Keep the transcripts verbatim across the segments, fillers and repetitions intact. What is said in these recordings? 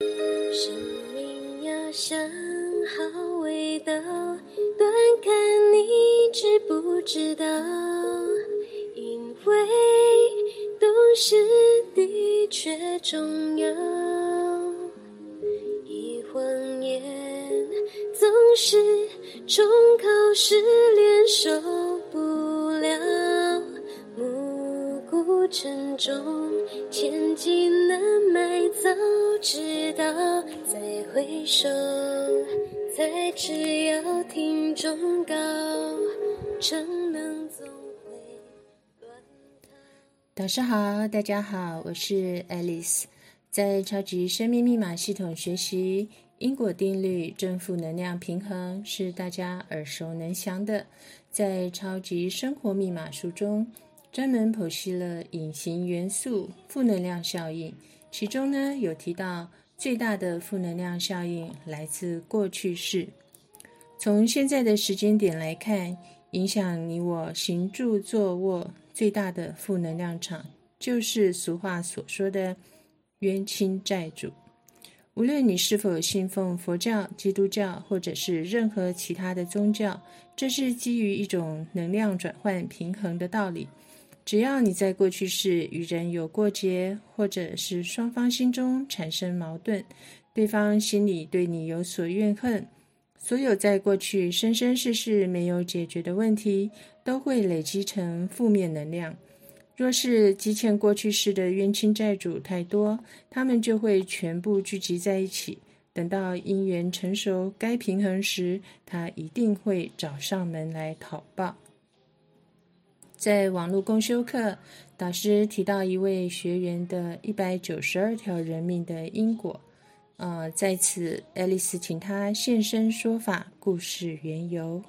生命要想好味道，端看你知不知道，因为懂事的确重要。一谎言总是重考试炼受不了，暮鼓晨钟千金难买，早知道再回首，才知要听忠告，逞能总会乱套。 导师好，大家好，我是 Alice。 在超级生命密码系统学习，因果定律、正负能量平衡是大家耳熟能详的。在超级生活密码书中，专门剖析了隐形元素负能量效应，其中呢有提到最大的负能量效应来自过去式。从现在的时间点来看，影响你我行住坐卧最大的负能量场，就是俗话所说的冤亲债主。无论你是否信奉佛教、基督教或者是任何其他的宗教，这是基于一种能量转换平衡的道理。只要你在过去世与人有过节，或者是双方心中产生矛盾，对方心里对你有所怨恨，所有在过去生生世世没有解决的问题，都会累积成负面能量。若是积欠过去世的冤亲债主太多，他们就会全部聚集在一起，等到因缘成熟该平衡时，他一定会找上门来讨报。在网络公修课，导师提到一位学员的一百九十二条人命的因果，呃，在此爱丽丝请他现身说法，故事缘由。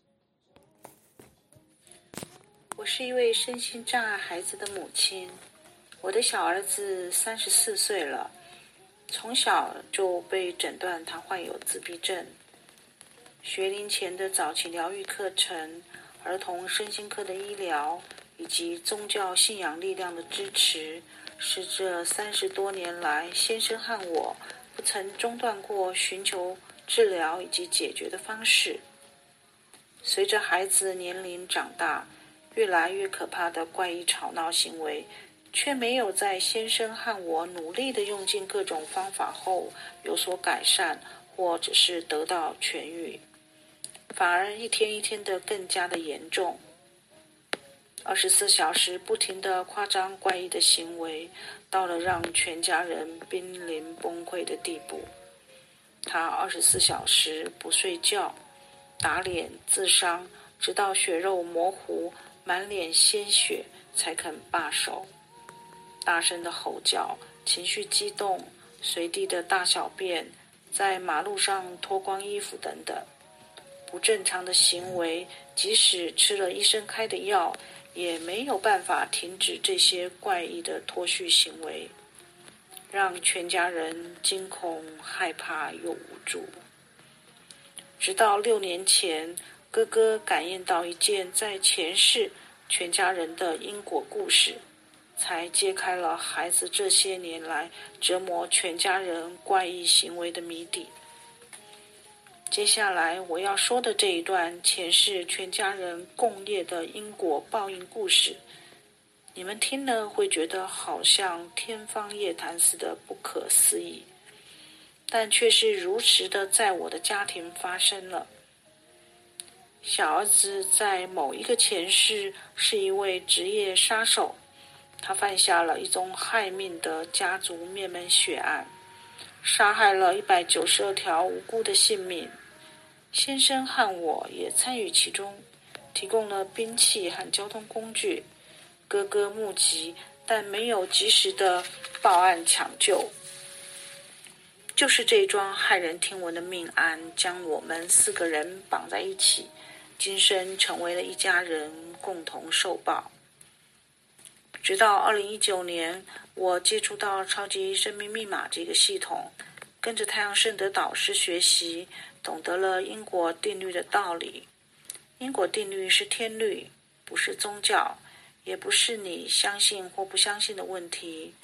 我是一位身心障碍孩子的母亲，我的小儿子三十四岁了，从小就被诊断他患有自闭症。学龄前的早期疗愈课程、儿童身心科的医疗以及宗教信仰力量的支持，是这三十多年来先生和我不曾中断过寻求治疗以及解决的方式。随着孩子年龄长大，越来越可怕的怪异吵闹行为，却没有在先生和我努力地用尽各种方法后有所改善，或者是得到痊愈，反而一天一天的更加的严重。二十四小时不停的夸张怪异的行为，到了让全家人濒临崩溃的地步。他二十四小时不睡觉，打脸自伤，直到血肉模糊，满脸鲜血才肯罢手。大声的吼叫，情绪激动，随地的大小便，在马路上脱光衣服等等。不正常的行为，即使吃了医生开的药，也没有办法停止这些怪异的脱序行为，让全家人惊恐、害怕又无助。直到六年前，哥哥感应到一件在前世全家人的因果故事，才揭开了孩子这些年来折磨全家人怪异行为的谜底。接下来我要说的这一段前世全家人共业的因果报应故事，你们听了会觉得好像天方夜谭似的不可思议，但却是如实的在我的家庭发生了。小儿子在某一个前世是一位职业杀手，他犯下了一宗害命的家族灭门血案，杀害了一百九十二条无辜的性命。先生和我也参与其中，提供了兵器和交通工具。哥哥目击，但没有及时的报案抢救。就是这桩骇人听闻的命案，将我们四个人绑在一起，今生成为了一家人，共同受报。直到二零一九年，我接触到超级生命密码这个系统，跟着太阳圣德导师学习，懂得了因果定律的道理。因果定律是天律，不是宗教，也不是你相信或不相信的问题。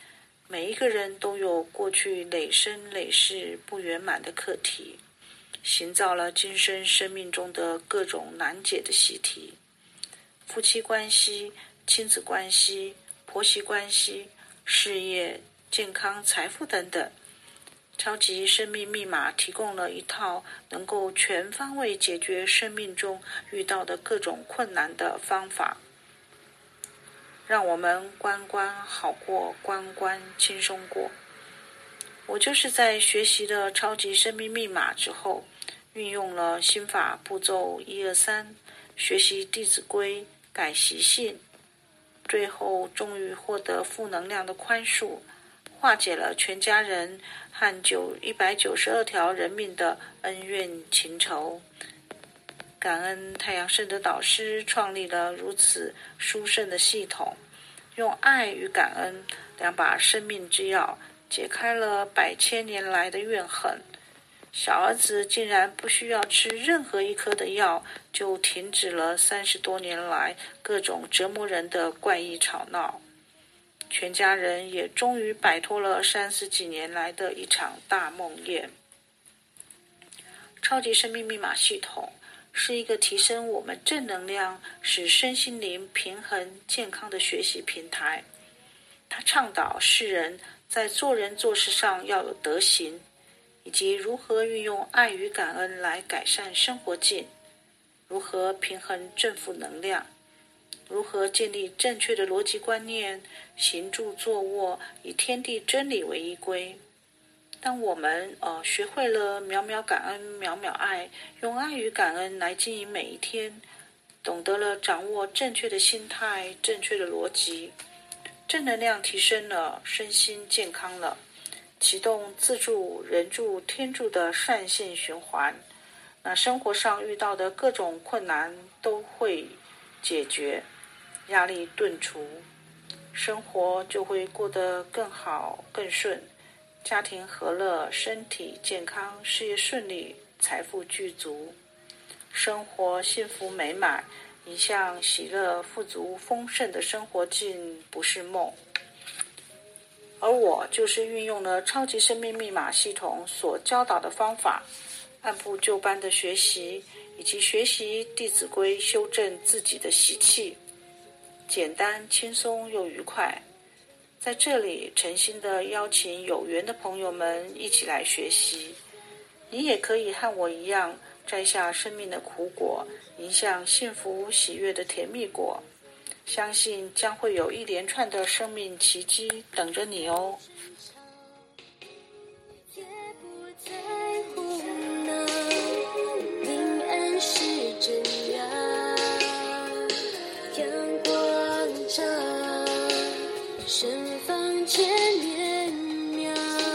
每一个人都有过去累生累世不圆满的课题，形造了今生生命中的各种难解的习题。夫妻关系、亲子关系、婆媳关系、事业、健康、财富等等，超级生命密码提供了一套能够全方位解决生命中遇到的各种困难的方法，让我们关关好过，关关轻松过。我就是在学习了超级生命密码之后，运用了心法步骤一二三，学习弟子规，改习性，最后终于获得负能量的宽恕，化解了全家人和九一百九十二条人命的恩怨情仇。感恩太阳圣德导师创立了如此殊胜的系统，用爱与感恩两把生命之钥，解开了百千年来的怨恨。小儿子竟然不需要吃任何一颗的药，就停止了三十多年来各种折磨人的怪异吵闹。全家人也终于摆脱了三十几年来的一场大梦魇。超级生命密码系统是一个提升我们正能量、使身心灵平衡健康的学习平台。它倡导世人在做人做事上要有德行，以及如何运用爱与感恩来改善生活境，如何平衡正负能量，如何建立正确的逻辑观念，行住坐卧以天地真理为依归。当我们呃学会了秒秒感恩秒秒爱，用爱与感恩来经营每一天，懂得了掌握正确的心态、正确的逻辑，正能量提升了，身心健康了，启动自助、人助、天助的善性循环，那生活上遇到的各种困难都会解决，压力顿除，生活就会过得更好更顺，家庭和乐，身体健康，事业顺利，财富具足，生活幸福美满，一向喜乐富足丰盛的生活境不是梦。而我就是运用了超级生命密码系统所教导的方法，按部就班的学习，以及学习弟子规，修正自己的习气，简单轻松又愉快。在这里诚心的邀请有缘的朋友们一起来学习，你也可以和我一样摘下生命的苦果，迎向幸福喜悦的甜蜜果，相信将会有一连串的生命奇迹等着你哦。 也不在乎那明暗是真假，阳光照，盛放千年苗，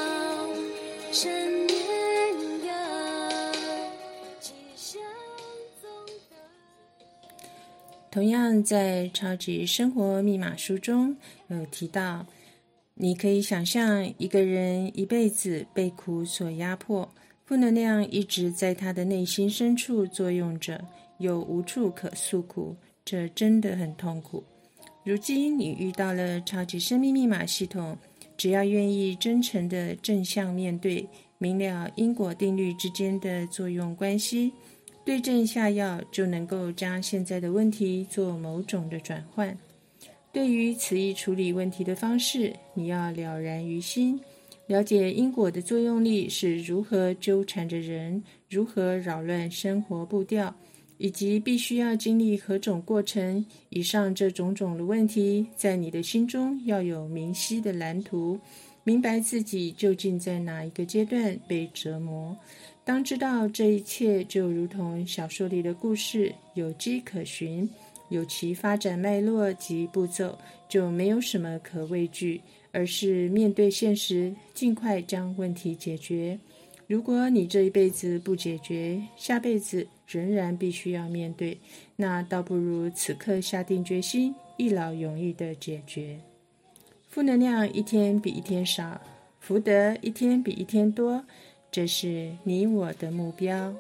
陈年药，吉祥总得。 同样在超级生活密码书中有提到，你可以想象一个人一辈子被苦所压迫，负能量一直在他的内心深处作用着，又无处可诉苦，这真的很痛苦。如今你遇到了超级生命密码系统，只要愿意真诚的正向面对，明了因果定律之间的作用关系，对症下药，就能够将现在的问题做某种的转换。对于此一处理问题的方式，你要了然于心，了解因果的作用力是如何纠缠着人，如何扰乱生活步调，以及必须要经历何种过程。以上这种种的问题，在你的心中要有明晰的蓝图，明白自己究竟在哪一个阶段被折磨。当知道这一切就如同小说里的故事，有迹可循，有其发展脉络及步骤，就没有什么可畏惧，而是面对现实，尽快将问题解决。如果你这一辈子不解决，下辈子仍然必须要面对，那倒不如此刻下定决心，一劳永逸的解决。负能量一天比一天少，福德一天比一天多，这是你我的目标。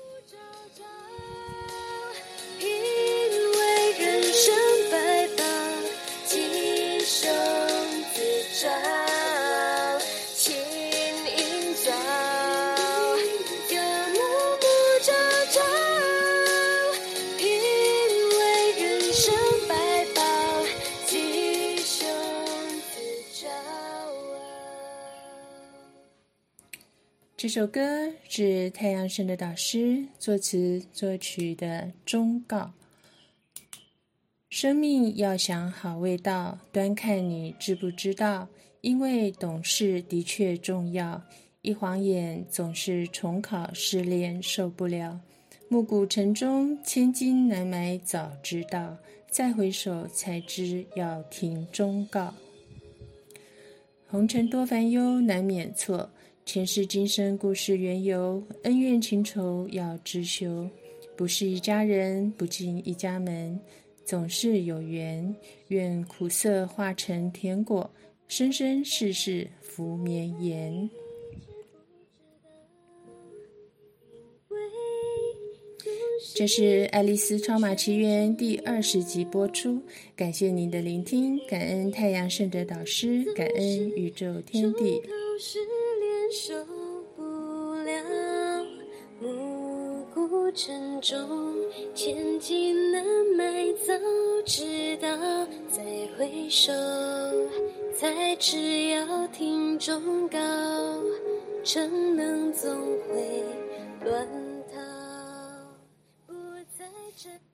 因为人生百般，今生自找。 这首歌是太阳神的导师作词作曲的忠告。生命要想好味道，端看你知不知道，因为懂事的确重要。一晃眼总是重考失恋受不了，暮鼓晨钟千金难买早知道，再回首才知要听忠告。红尘多烦忧难免错，前世今生故事缘由，恩怨情仇要知修。不是一家人不进一家门，总是有缘，愿苦涩化成甜果，生生世世福绵延。这是《爱丽丝超马奇缘》第二十集播出，感谢您的聆听，感恩太阳圣者导师，感恩宇宙天地。 失恋受不了，暮鼓晨钟，千金难买早知道，再回首才知要听忠告，逞能总会乱逃，不再争